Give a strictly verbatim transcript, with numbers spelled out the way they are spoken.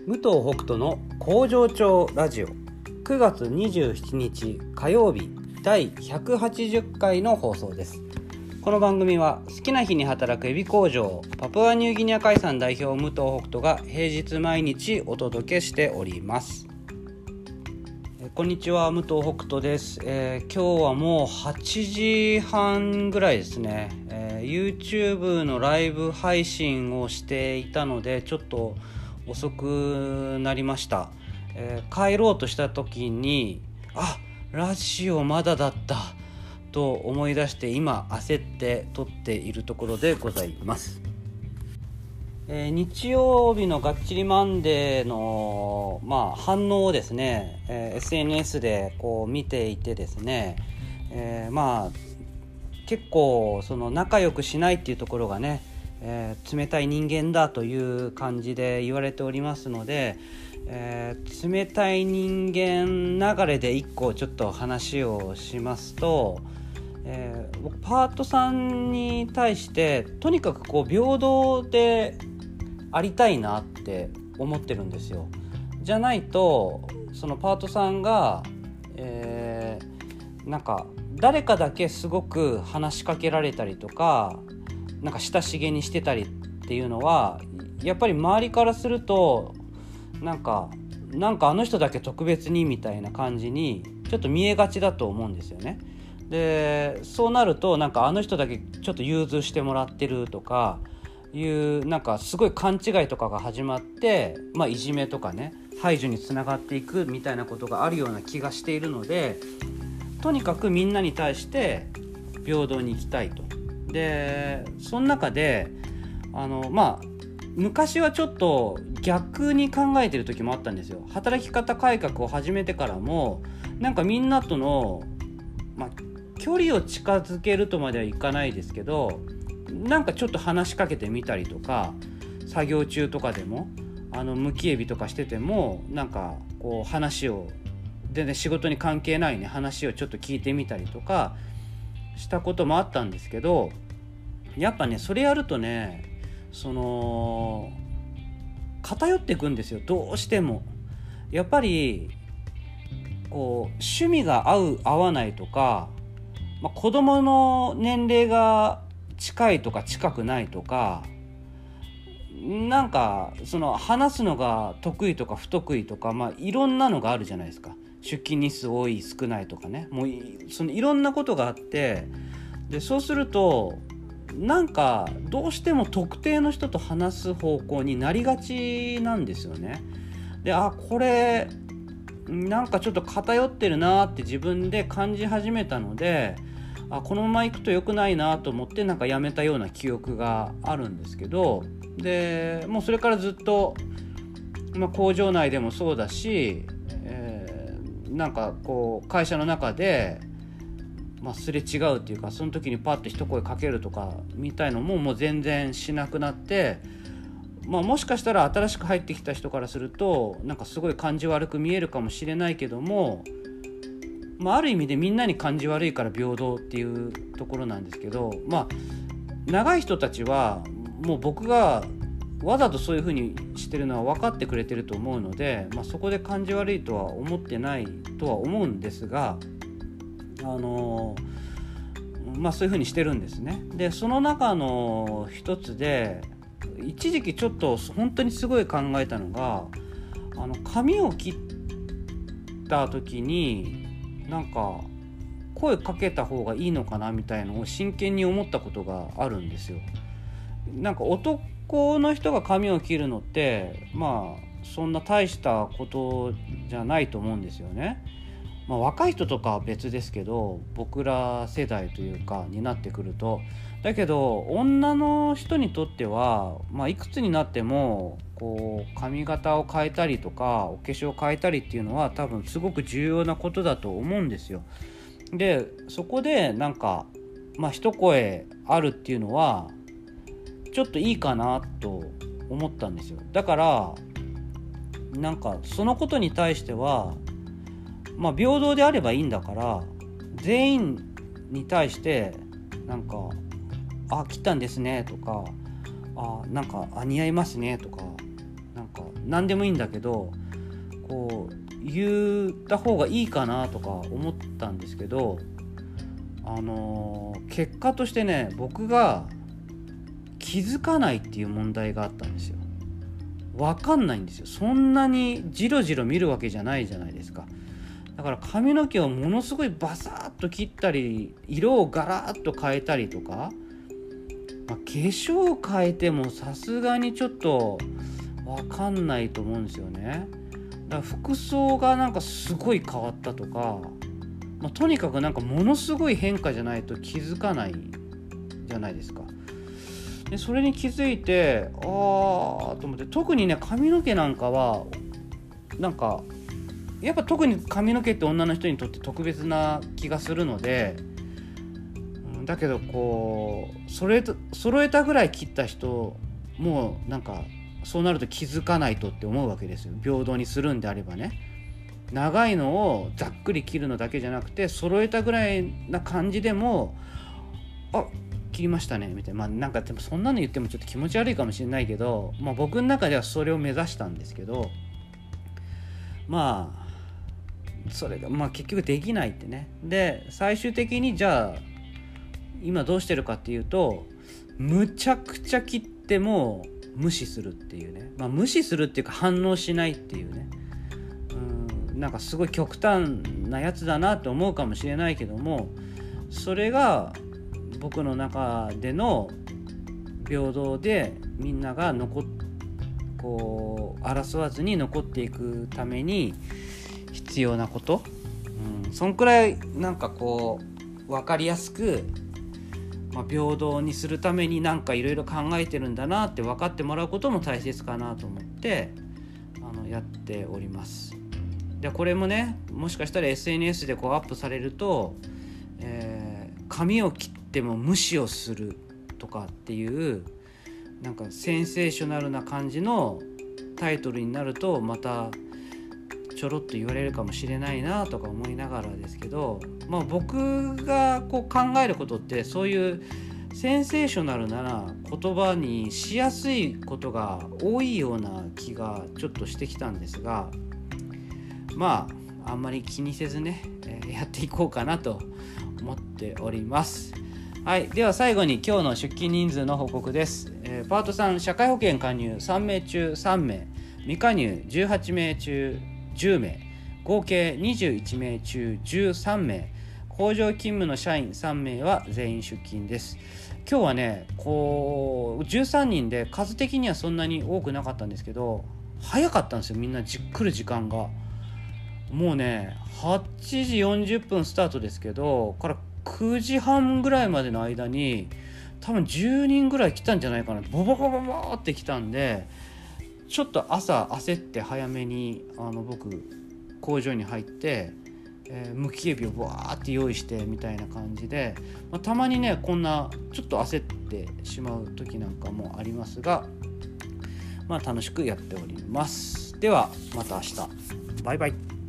武藤北斗の工場長ラジオくがつにじゅうしちにち火曜日だいひゃくはちじゅっかいの放送です。この番組は好きな日に働くエビ工場パプアニューギニア海産代表武藤北斗が平日毎日お届けしております。こんにちは、武藤北斗です。えー、今日はもうはちじはんぐらいですね、えー、YouTube のライブ配信をしていたのでちょっと遅くなりました。えー、帰ろうとした時にあ、ラジオまだだったと思い出して今焦って撮っているところでございます。えー、日曜日のがっちりマンデーの、まあ、反応をですね、えー、エスエヌエス でこう見ていてですね、えー、まあ結構その仲良くしないっていうところがね、えー、冷たい人間だという感じで言われておりますので、えー、冷たい人間流れで一個ちょっと話をしますと、えー、僕パートさんに対してとにかくこう平等でありたいなって思ってるんですよ。じゃないとそのパートさんが、えー、なんか誰かだけすごく話しかけられたりとかなんか親しげにしてたりっていうのはやっぱり周りからするとなんかなんかあの人だけ特別にみたいな感じにちょっと見えがちだと思うんですよね。でそうなるとなんかあの人だけちょっと融通してもらってるとかいうなんかすごい勘違いとかが始まって、まあ、いじめとかね排除につながっていくみたいなことがあるような気がしているので、とにかくみんなに対して平等に生きたいと。でその中であのまあ昔はちょっと逆に考えてる時もあったんですよ。働き方改革を始めてからもなんかみんなとの、まあ、距離を近づけるとまではいかないですけど、なんかちょっと話しかけてみたりとか、作業中とかでもあのむきエビとかしててもなんかこう話を全然仕事に関係ないね話をちょっと聞いてみたりとかしたこともあったんですけど、やっぱねそれやるとねその偏っていくんですよ。どうしてもやっぱりこう趣味が合う合わないとか、まあ、子供の年齢が近いとか近くないとか、なんかその話すのが得意とか不得意とか、まあいろんなのがあるじゃないですか。出勤日数多い少ないとかね、もうそのいろんなことがあって、でそうするとなんかどうしても特定の人と話す方向になりがちなんですよね。であこれなんかちょっと偏ってるなって自分で感じ始めたので、あこのまま行くと良くないなと思ってなんかやめたような記憶があるんですけど、でもうそれからずっと、まあ、工場内でもそうだし、えー、なんかこう会社の中で、まあ、すれ違うっていうかその時にパッと一声かけるとかみたいのももう全然しなくなって、まあ、もしかしたら新しく入ってきた人からするとなんかすごい感じ悪く見えるかもしれないけども、まあ、ある意味でみんなに感じ悪いから平等っていうところなんですけど、まあ長い人たちはもう僕がわざとそういう風にしてるのは分かってくれてると思うので、まあ、そこで感じ悪いとは思ってないとは思うんですが、あのまあそういう風にしてるんですね。でその中の一つで一時期ちょっと本当にすごい考えたのが、あの髪を切った時になんか声かけた方がいいのかなみたいのを真剣に思ったことがあるんですよ。なんか男の人が髪を切るのってまあそんな大したことじゃないと思うんですよね。まあ、若い人とかは別ですけど僕ら世代というかになってくると、だけど女の人にとっては、まあ、いくつになってもこう髪型を変えたりとかお化粧を変えたりっていうのは多分すごく重要なことだと思うんですよ。でそこでなんかまあ一声あるっていうのはちょっといいかなと思ったんですよ。だからなんかそのことに対してはまあ平等であればいいんだから全員に対してなんかあ切ったんですねとかあなんかあ似合いますねとかなんか何でもいいんだけどこう言った方がいいかなとか思ったんですけど、あのー、結果としてね僕が気づかないっていう問題があったんですよ。分かんないんですよ。そんなにジロジロ見るわけじゃないじゃないですか。だから髪の毛をものすごいバサッと切ったり色をガラッと変えたりとか、まあ、化粧を変えてもさすがにちょっと分かんないと思うんですよね。だから服装がなんかすごい変わったとか、まあ、とにかくなんかものすごい変化じゃないと気づかないじゃないですか。でそれに気づいてあーと思って、特にね髪の毛なんかはなんかやっぱ特に髪の毛って女の人にとって特別な気がするので、うん、だけどこうそれと揃えたぐらい切った人もなんかそうなると気づかないとって思うわけですよ。平等にするんであればね、長いのをざっくり切るのだけじゃなくて揃えたぐらいな感じでもあ切りましたねみたいな、まあなんかでもそんなの言ってもちょっと気持ち悪いかもしれないけど、まあ僕の中ではそれを目指したんですけど、まあそれがまあ結局できないってね。で最終的にじゃあ今どうしてるかっていうと、むちゃくちゃ切っても無視するっていうね、まあ無視するっていうか反応しないっていうね、うん、なんかすごい極端なやつだなって思うかもしれないけども、それが僕の中での平等でみんなが残っこう争わずに残っていくために必要なこと、うん、そんくらいなんかこう分かりやすく、まあ、平等にするためになんかいろいろ考えてるんだなって分かってもらうことも大切かなと思ってあのやっております。でこれもねもしかしたら エスエヌエス でこうアップされると、えー、髪を切っても無視をするとかっていうなんかセンセーショナルな感じのタイトルになるとまたちょろっと言われるかもしれないなとか思いながらですけど、まあ僕がこう考えることってそういうセンセーショナルな言葉にしやすいことが多いような気がちょっとしてきたんですが、まああんまり気にせずね、えー、やっていこうかなと思っております。はい、では最後に今日の出勤人数の報告です。えー、パートさん社会保険加入さんめい中さんめい、未加入じゅうはちめい中じゅうめい、合計にじゅういちめい中じゅうさんめい、工場勤務の社員さんめいは全員出勤です。今日はねこうじゅうさんにんで数的にはそんなに多くなかったんですけど早かったんですよ。みんなじっくり時間がもうねはちじよんじゅっぷんスタートですけどからくじはんぐらいまでの間に多分じゅうにんぐらい来たんじゃないかな。ボボボボボって来たんでちょっと朝焦って早めにあの僕工場に入って、えー、むきエビをバーって用意してみたいな感じで、まあ、たまにねこんなちょっと焦ってしまう時なんかもありますが、まあ楽しくやっております。ではまた明日、バイバイ。